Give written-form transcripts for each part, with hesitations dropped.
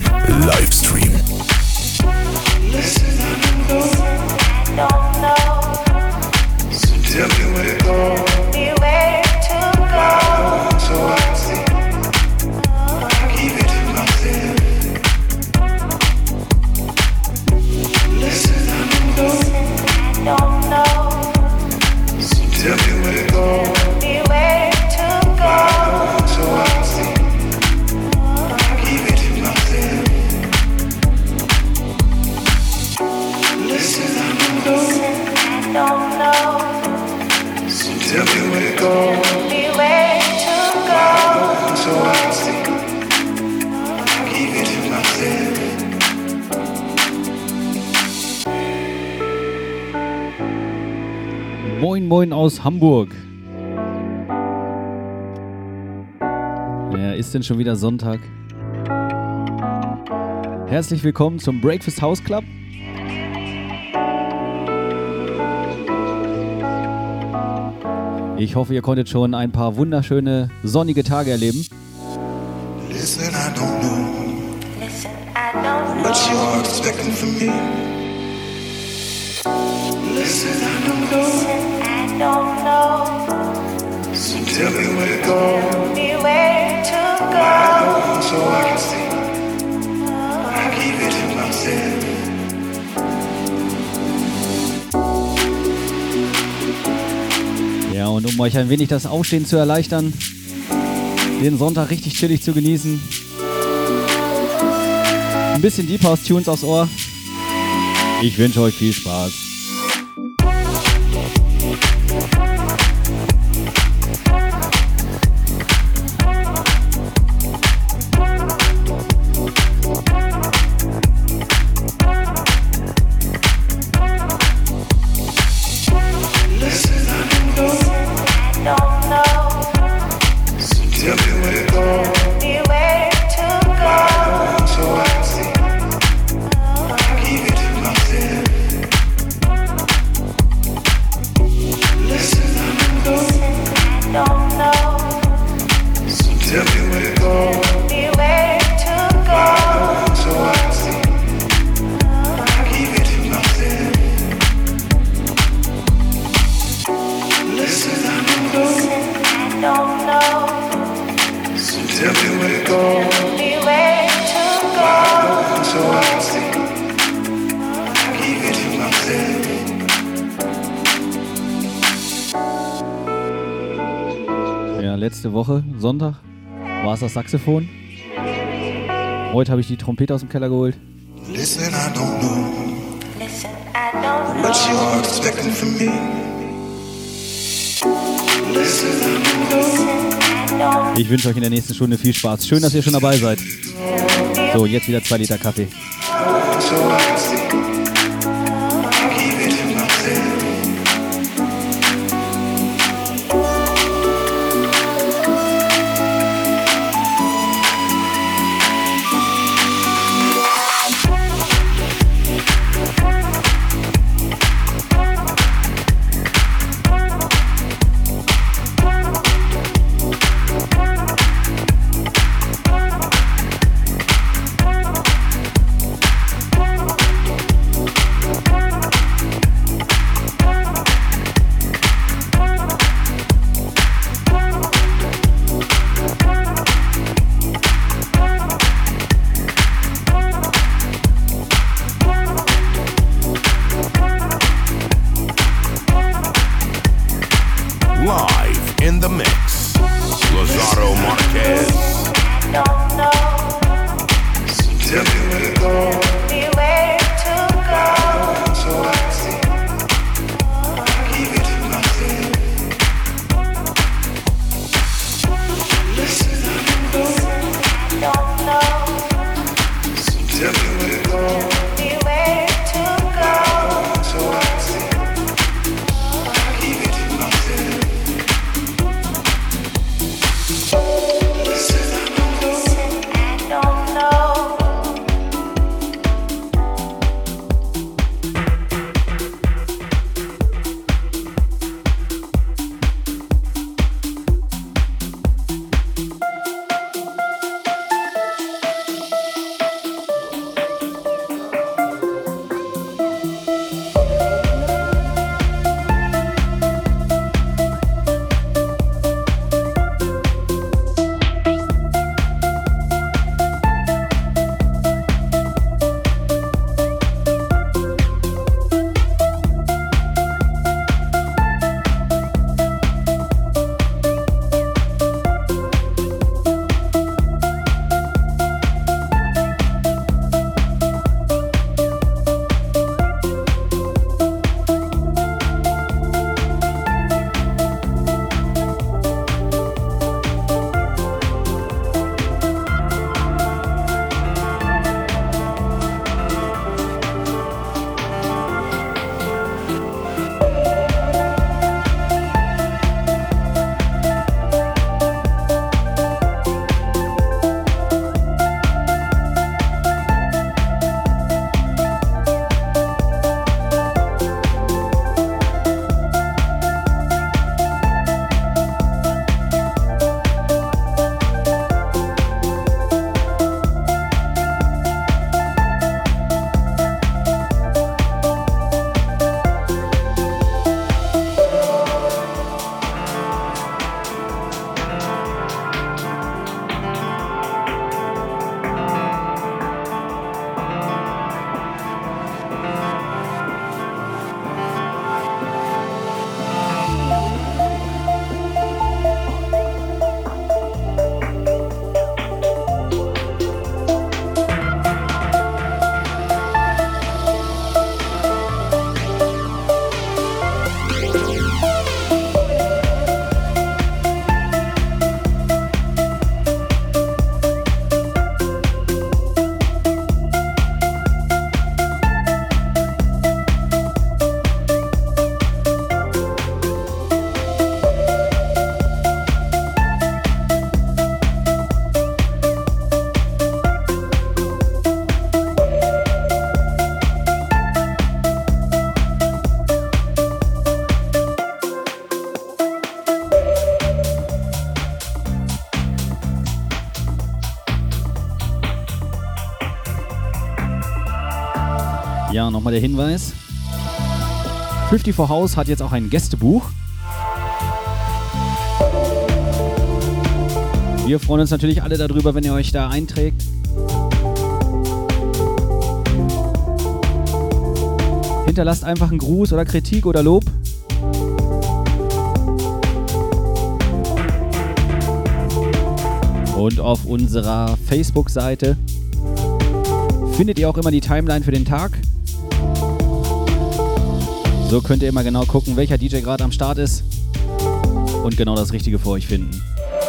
Livestream. Listen, I don't know. So tell me where to go. Where to go. So I can see. I keep it to myself. Listen, I don't know. So tell me where to go. Where to go. So I can see. I keep it to myself. Listen, I don't know. So tell me where to go. Where to go. So I can see. I keep it to myself. Moin Moin aus Hamburg. Ja, ist denn schon wieder Sonntag? Herzlich willkommen zum Breakfast House Club. Ich hoffe, ihr konntet schon ein paar wunderschöne sonnige Tage erleben. Listen, I don't know. What you are expecting from me. Listen, I don't know. So tell me where to go. Where to go. So I can see. I keep it to myself. Ja, und um euch ein wenig das Aufstehen zu erleichtern, den Sonntag richtig chillig zu genießen, ein bisschen Deep House Tunes aufs Ohr. Ich wünsche euch viel Spaß. Letzte Woche, Sonntag, war es das Saxophon. Heute habe ich die Trompete aus dem Keller geholt. Listen, I don't know. What you are expecting from me. Listen, I don't know. Ich wünsche euch in der nächsten Stunde viel Spaß. Schön, dass ihr schon dabei seid. So, jetzt wieder 2 Liter Kaffee. So I can see. I keep it to myself. Ja, nochmal der Hinweis. 54 House hat jetzt auch ein Gästebuch. Wir freuen uns natürlich alle darüber, wenn ihr euch da einträgt. Hinterlasst einfach einen Gruß oder Kritik oder Lob. Und auf unserer Facebook-Seite findet ihr auch immer die Timeline für den Tag. So könnt ihr immer genau gucken, welcher DJ gerade am Start ist und genau das Richtige für euch finden.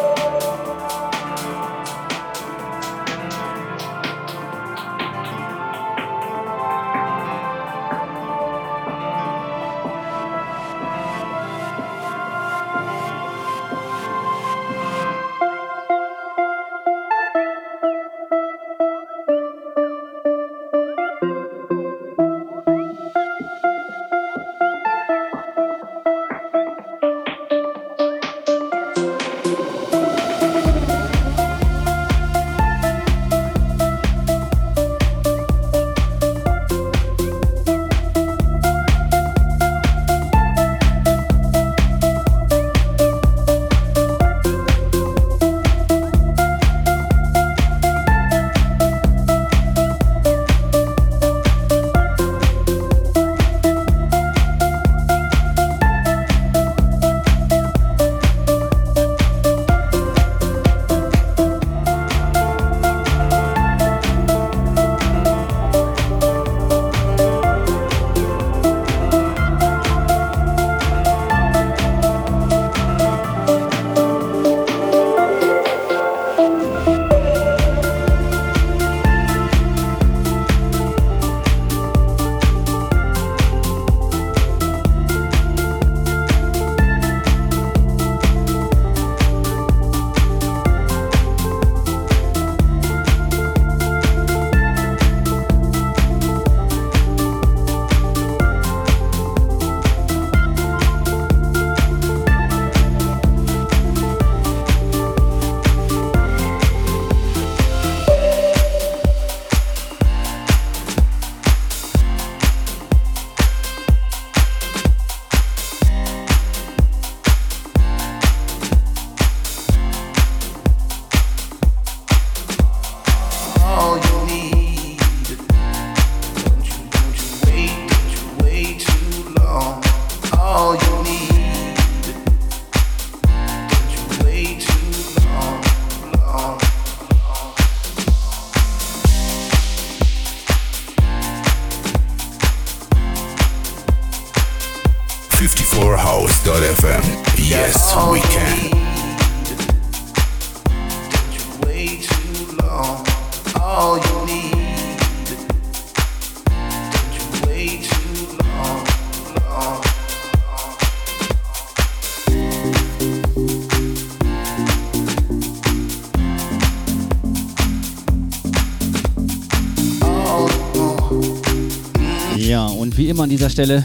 Wie immer an dieser Stelle,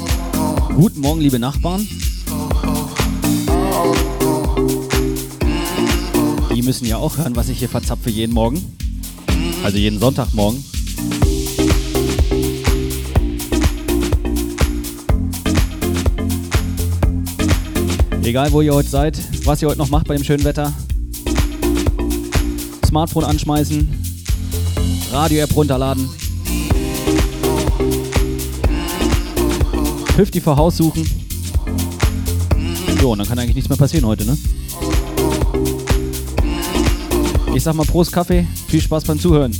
guten Morgen, liebe Nachbarn. Die müssen ja auch hören, was ich hier verzapfe jeden Morgen. Also jeden Sonntagmorgen. Egal, wo ihr heute seid, was ihr heute noch macht bei dem schönen Wetter. Smartphone anschmeißen, Radio-App runterladen. 54 House suchen. Jo, und dann kann eigentlich nichts mehr passieren heute, ne? Ich sag mal Prost Kaffee, viel Spaß beim Zuhören.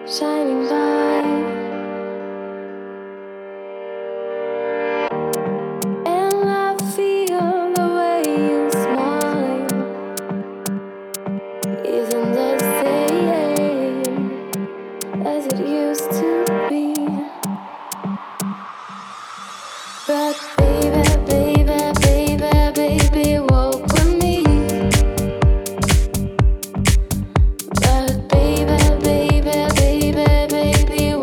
shining by, and I feel the way you smile isn't the same as it used to be. But baby, baby, baby, baby, walk with me. But baby, baby, baby, baby,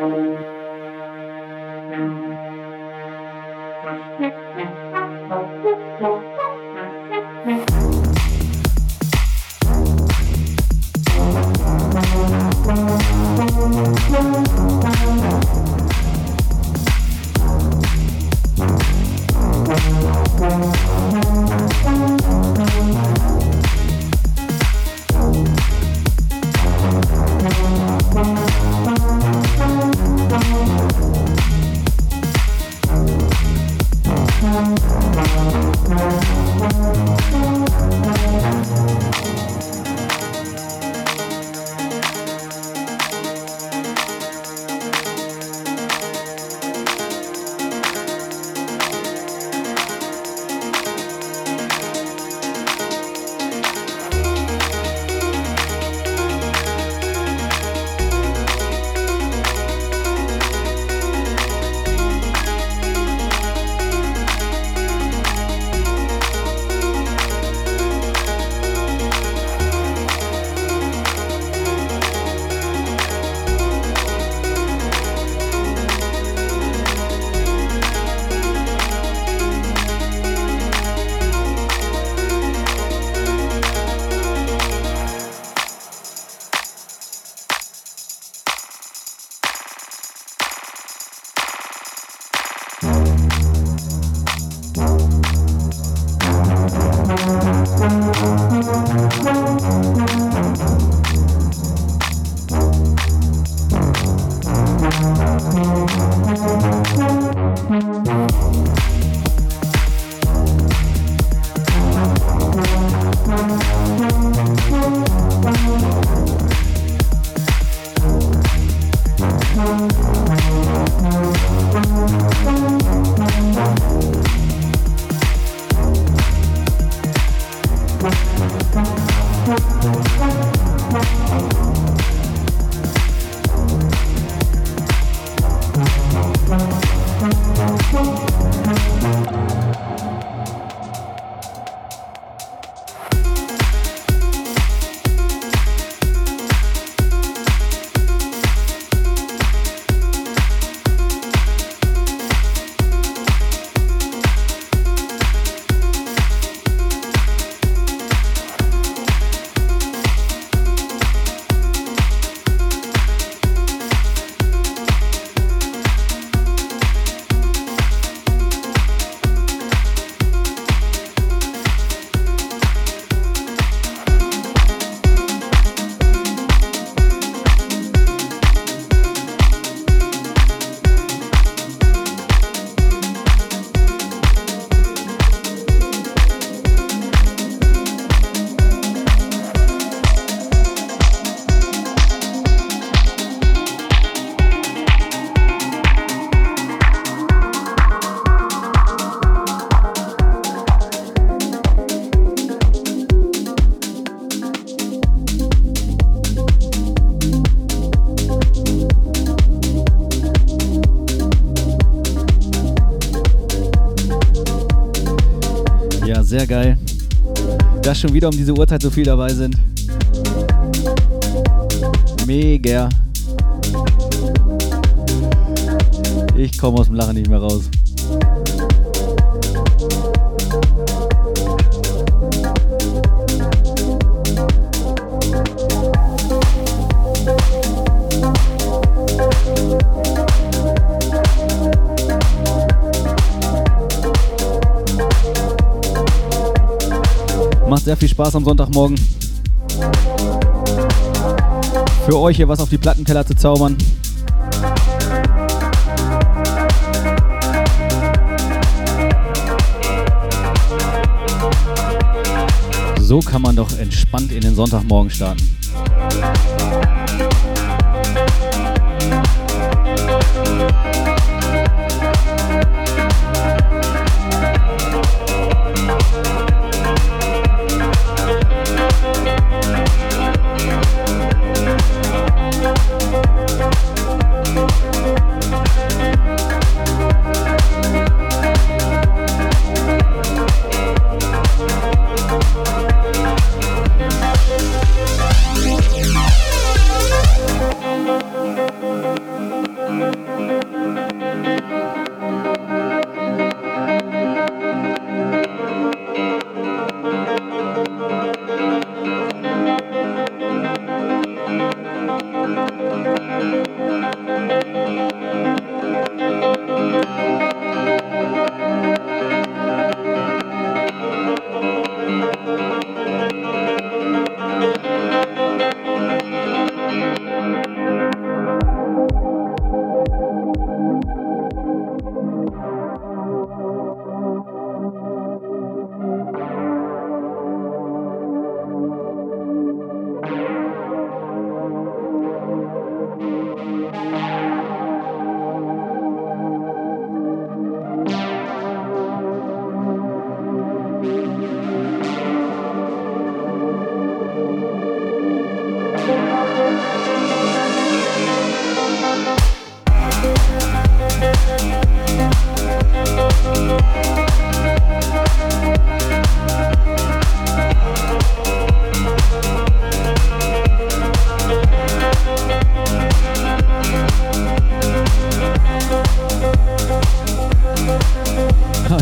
Sehr geil, dass schon wieder um diese Uhrzeit so viel dabei sind. Mega. Ich komme aus dem Lachen nicht mehr raus. Macht sehr viel Spaß am Sonntagmorgen. Für euch hier was auf die Plattenteller zu zaubern. So kann man doch entspannt in den Sonntagmorgen starten.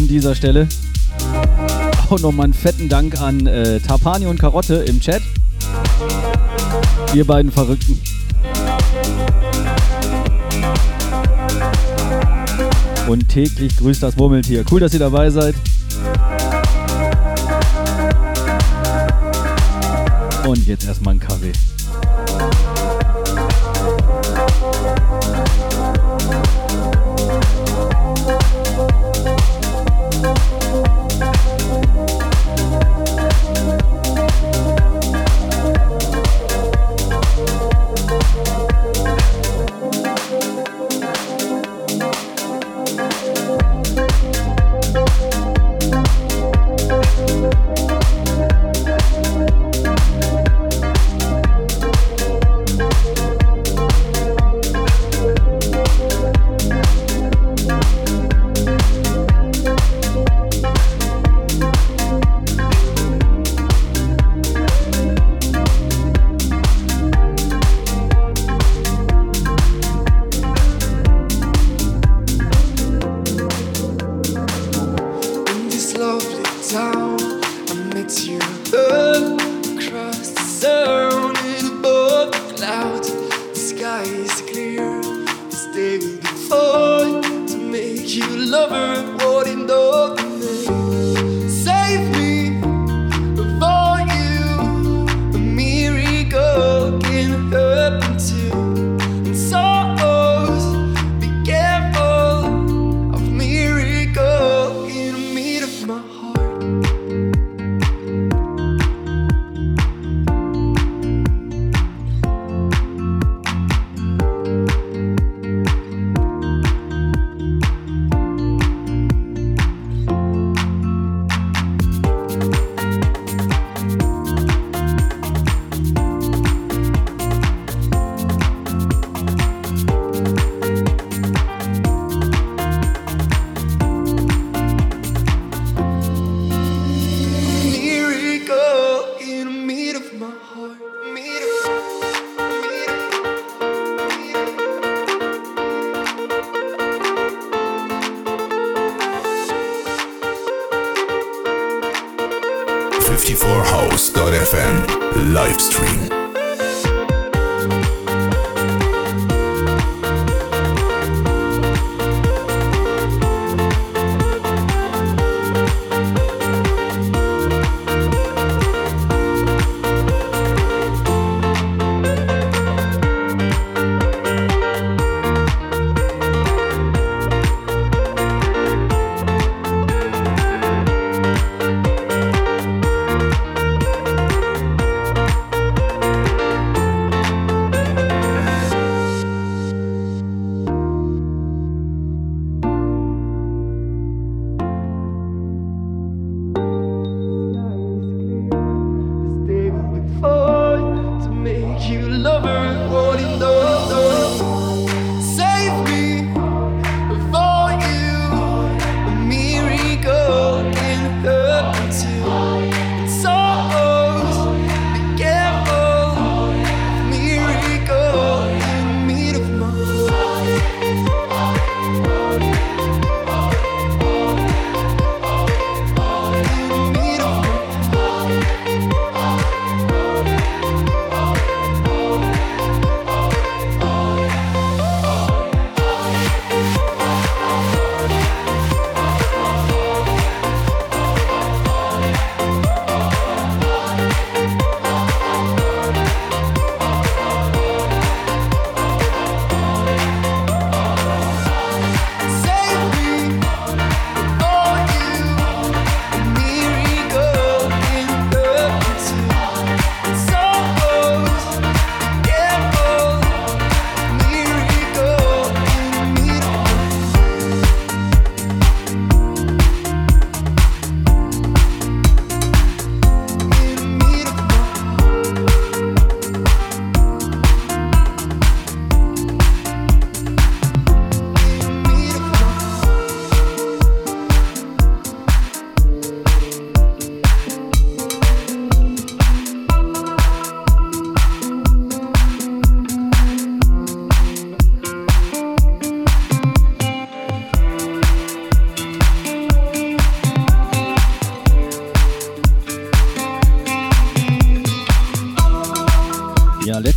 an dieser Stelle. Auch nochmal einen fetten Dank an Tapani und Karotte im Chat. Ihr beiden Verrückten. Und täglich grüßt das Murmeltier. Cool, dass ihr dabei seid. Und jetzt erstmal einen Kaffee. FM Livestream.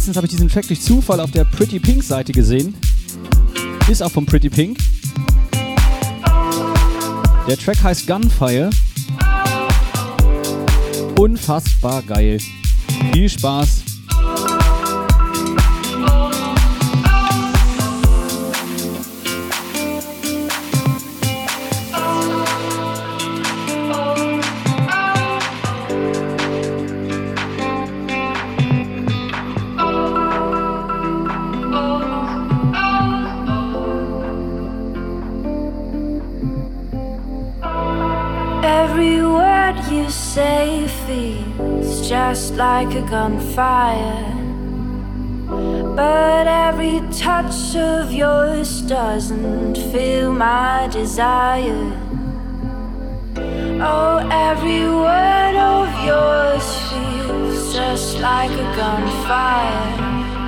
Letztens habe ich diesen Track durch Zufall auf der Pretty Pink Seite gesehen. Ist auch von Pretty Pink. Der Track heißt Gunfire. Unfassbar geil. Viel Spaß. Say feels just like a gunfire, but every touch of yours doesn't feel my desire. Oh, every word of yours feels just like a gunfire,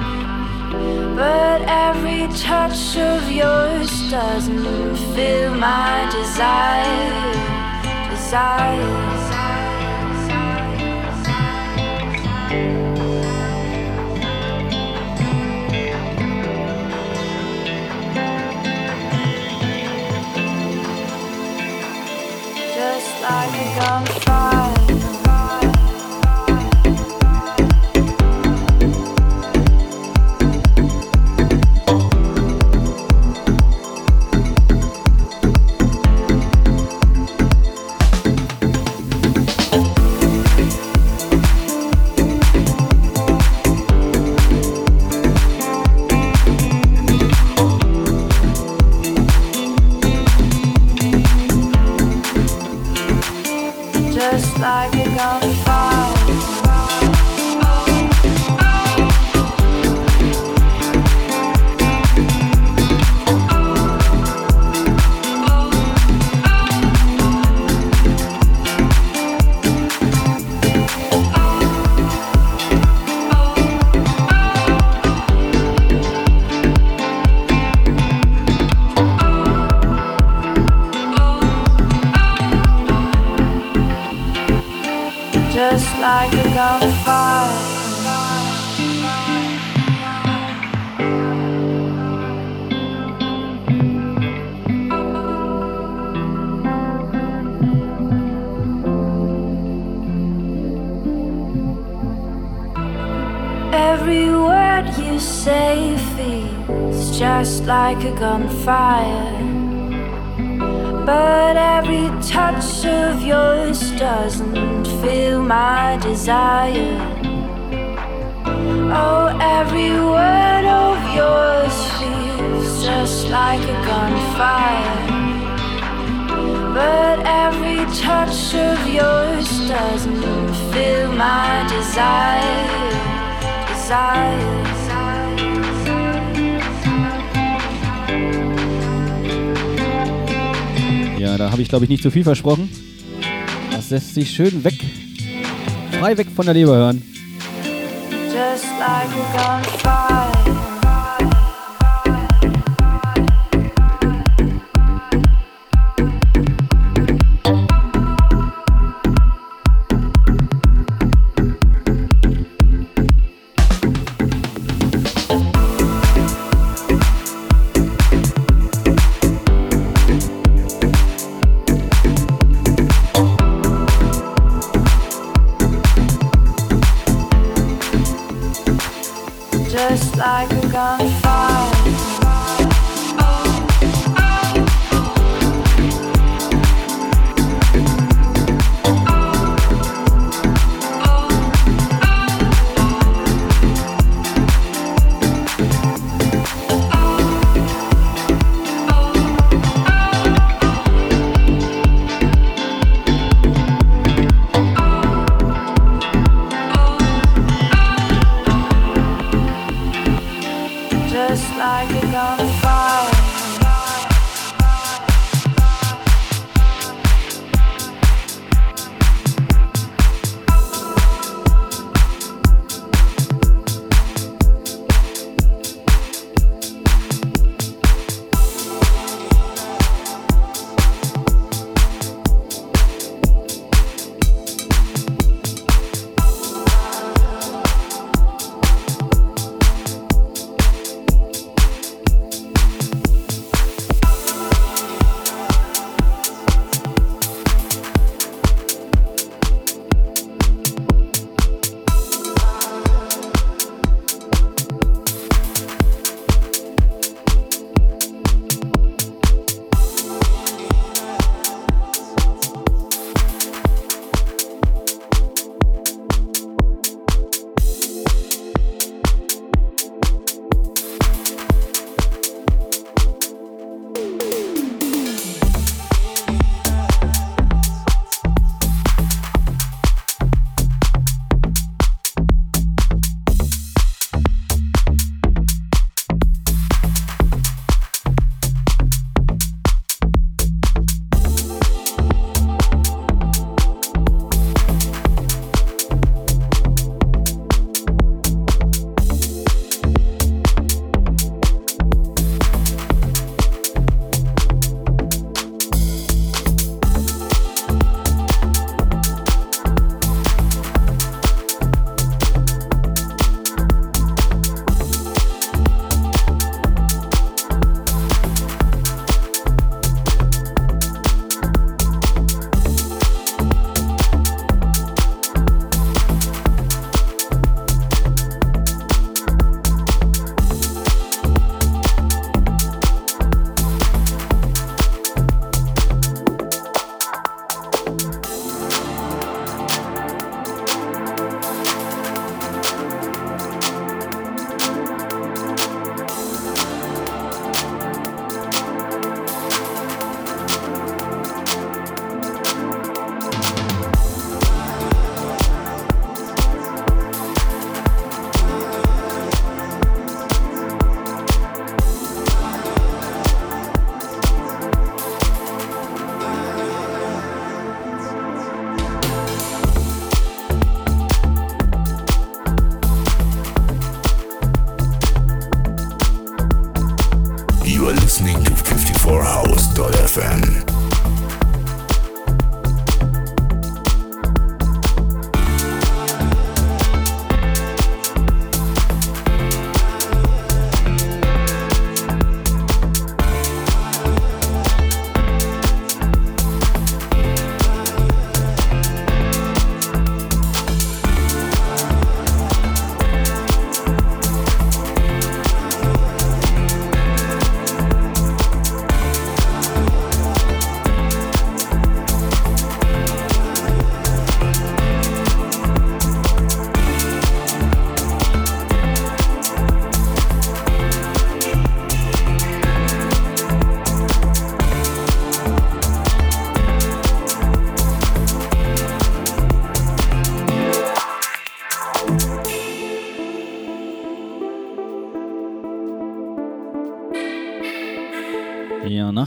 but every touch of yours doesn't feel my desire. Just like a gunfire. Like a gunfire. Just like a gunfire. Every word you say feels just like a gunfire, but every touch of yours doesn't feel my desire. Oh, every word of yours feels just like a gunfire, but every touch of yours doesn't feel my desire. Ja, da habe ich, glaube ich, nicht zu viel versprochen. Das lässt sich schön frei weg von der Leber hören. Just like a gunfire. Just like a gunfire.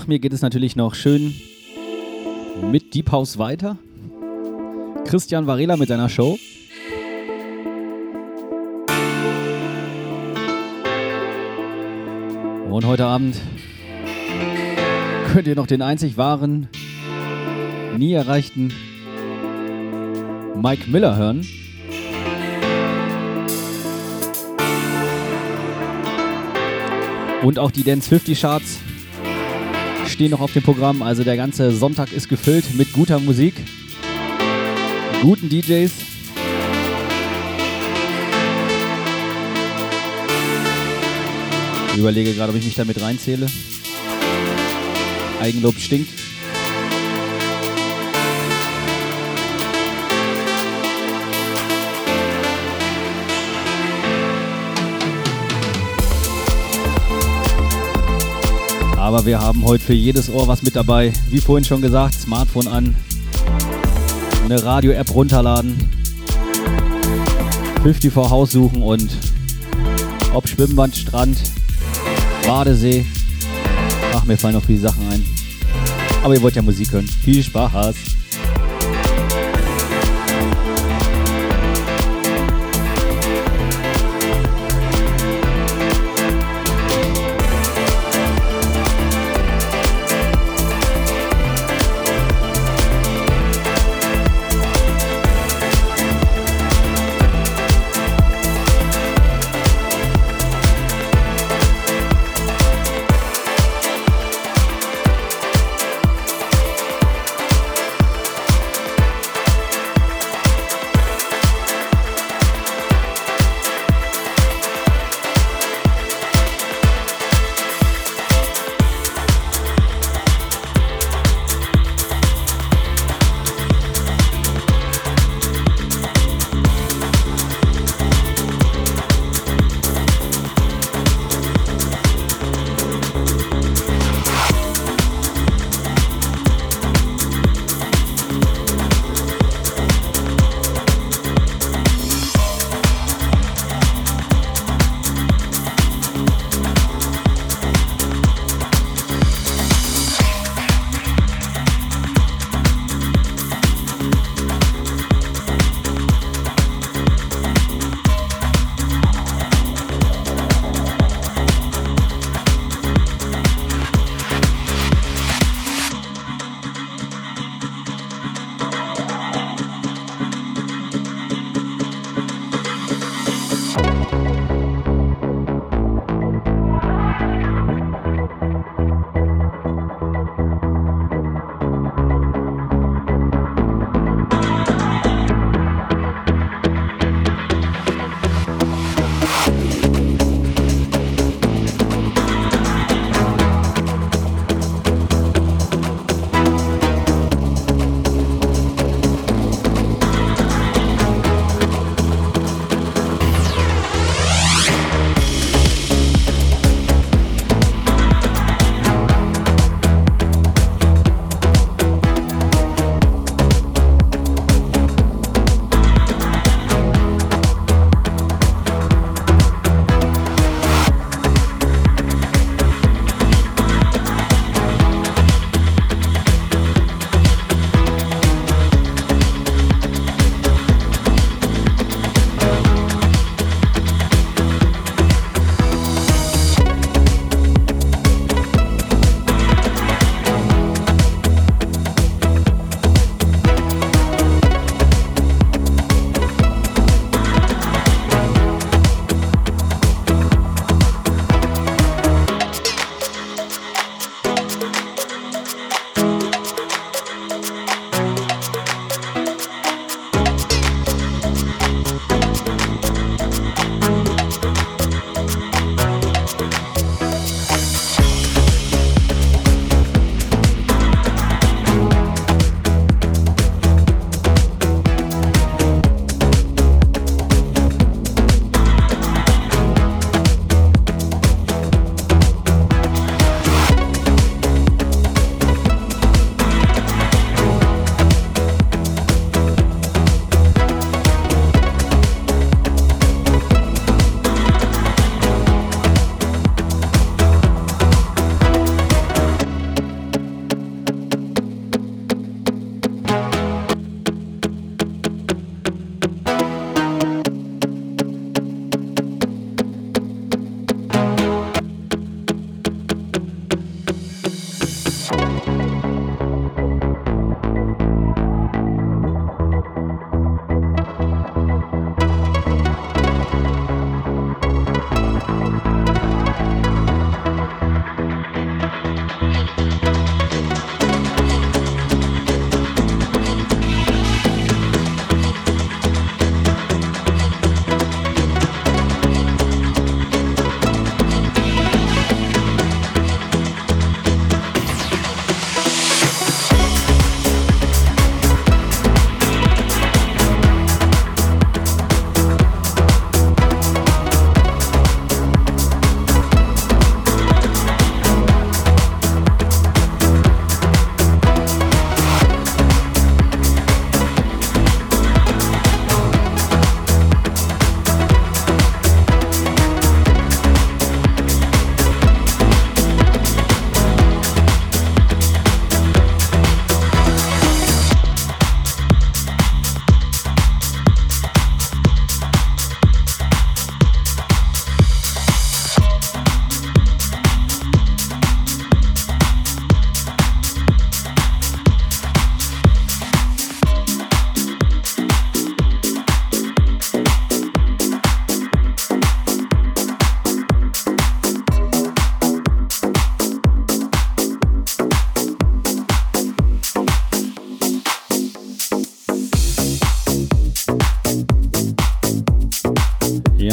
mir geht es natürlich noch schön mit Deep House weiter. Christian Varela mit seiner Show. Und heute Abend könnt ihr noch den einzig wahren, nie erreichten Mike Miller hören. Und auch die Dance 50 Charts stehen noch auf dem Programm. Also der ganze Sonntag ist gefüllt mit guter Musik, guten DJs. Ich überlege gerade, ob ich mich da mit reinzähle. Eigenlob stinkt. Aber wir haben heute für jedes Ohr was mit dabei. Wie vorhin schon gesagt, Smartphone an, eine Radio-App runterladen, 54 House suchen und ob Schwimmbad, Strand, Badesee. Ach, mir fallen noch viele Sachen ein. Aber ihr wollt ja Musik hören. Viel Spaß!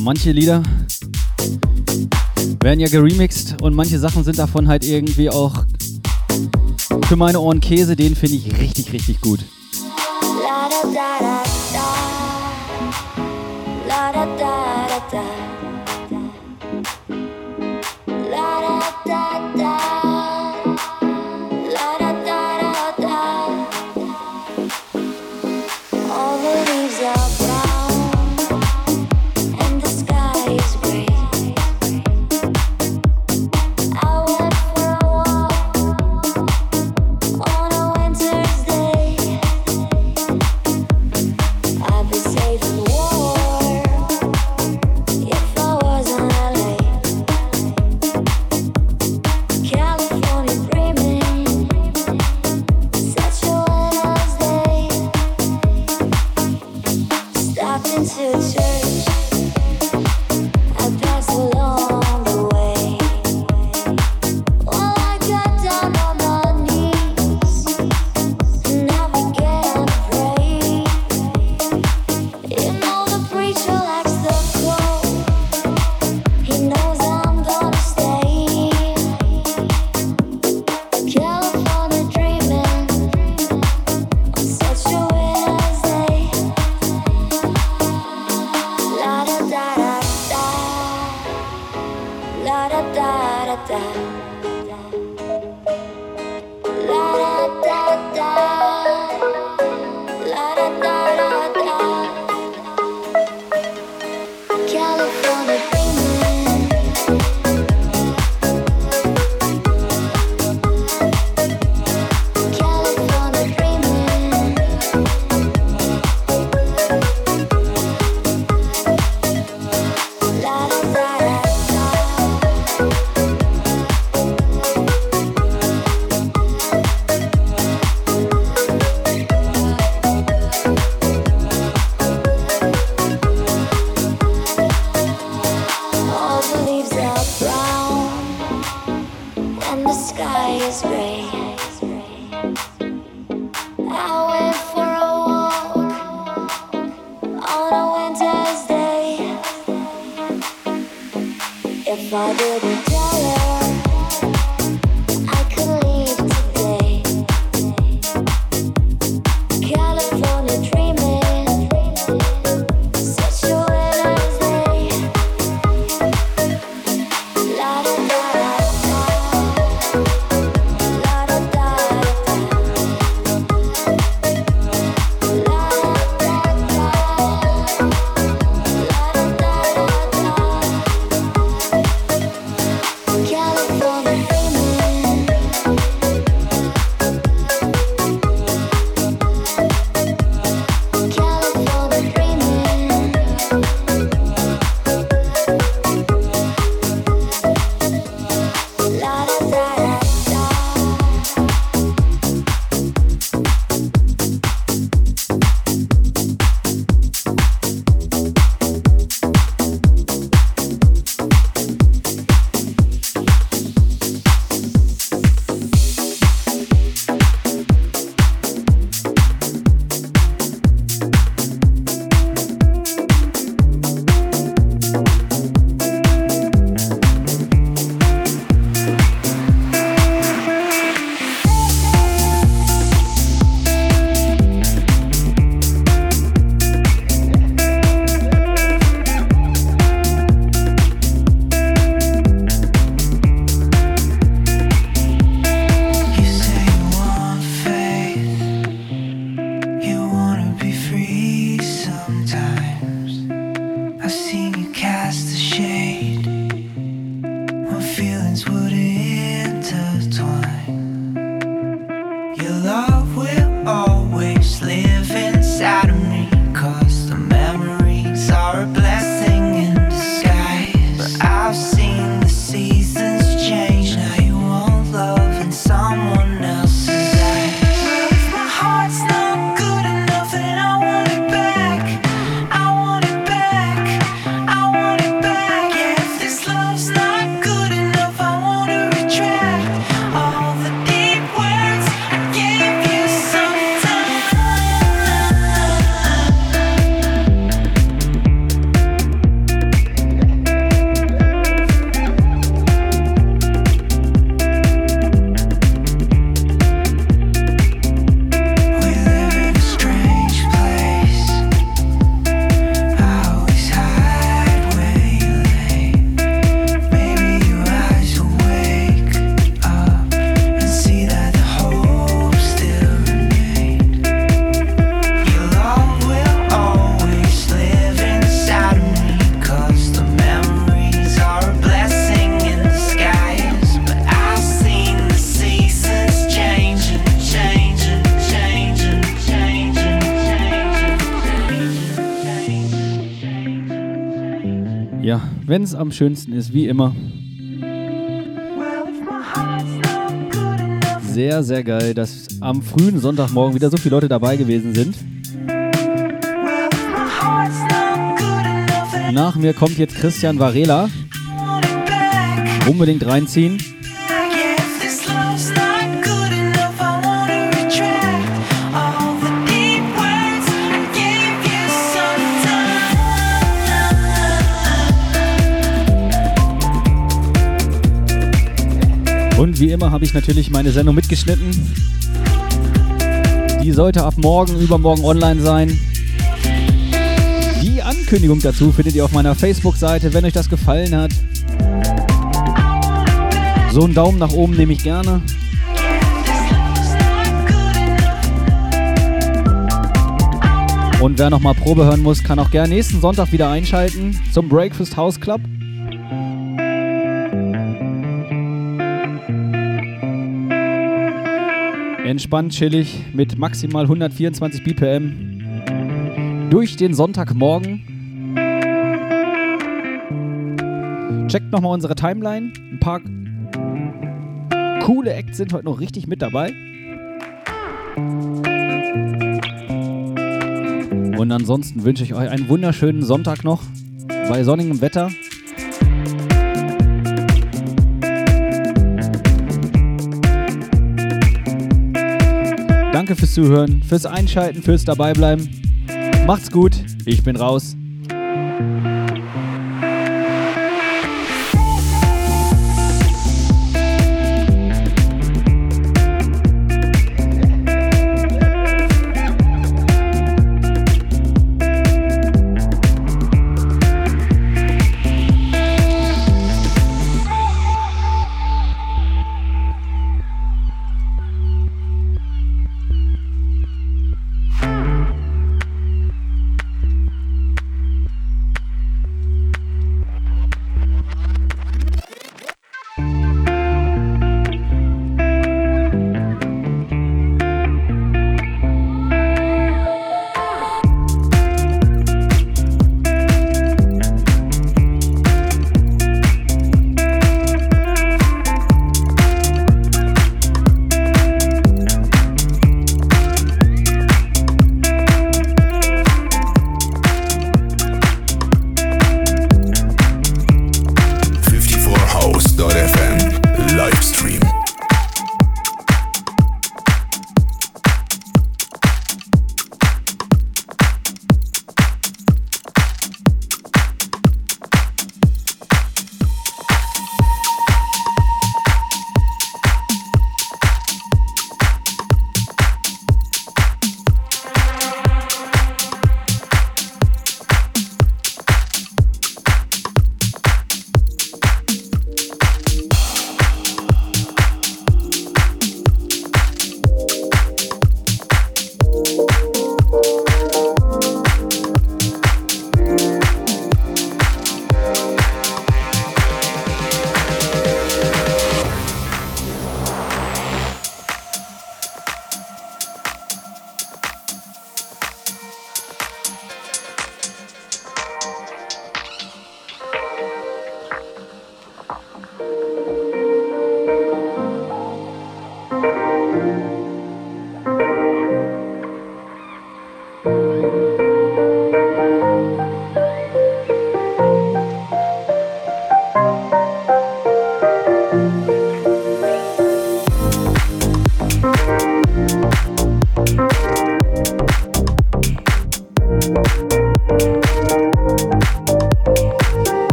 manche Lieder werden ja geremixed und manche Sachen sind davon halt irgendwie auch für meine Ohren Käse, den finde ich richtig, richtig gut. La da da da da. La da da da da. La da da da. La da da da da. All the leaves are brown and the sky is gray. I went for a walk on a winter's day. I'd be safe and warm if I was in LA. California dreaming, such a winter's day. Stopped into church, I passed along the way. Well, I got down on my knees and I began to pray. You know the preacher likes the flow. He knows I'm gonna stay. California dreaming on such a winter's day. La da da da da. La da da da da. La da da da. La da da da da. California dreaming. California dreaming. La da da da da. All the leaves are brown and the sky is gray. I went for a walk on a winter's day. If I didn't tell her I could leave today. California dreaming, such a winter's day. La da da da da. La da da da da. La da da da. La da da da da. wenn es am schönsten ist, wie immer. Sehr, sehr geil, dass am frühen Sonntagmorgen wieder so viele Leute dabei gewesen sind. Nach mir kommt jetzt Christian Varela. Unbedingt reinziehen. Und wie immer habe ich natürlich meine Sendung mitgeschnitten. Die sollte ab morgen, übermorgen online sein. Die Ankündigung dazu findet ihr auf meiner Facebook-Seite, wenn euch das gefallen hat. So einen Daumen nach oben nehme ich gerne. Und wer nochmal Probe hören muss, kann auch gerne nächsten Sonntag wieder einschalten zum Breakfast House Club. Entspannt, chillig mit maximal 124 BPM durch den Sonntagmorgen. Checkt nochmal unsere Timeline. Ein paar coole Acts sind heute noch richtig mit dabei. Und ansonsten wünsche ich euch einen wunderschönen Sonntag noch bei sonnigem Wetter. Danke fürs Zuhören, fürs Einschalten, fürs Dabeibleiben. Macht's gut, ich bin raus.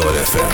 Live-Store FM.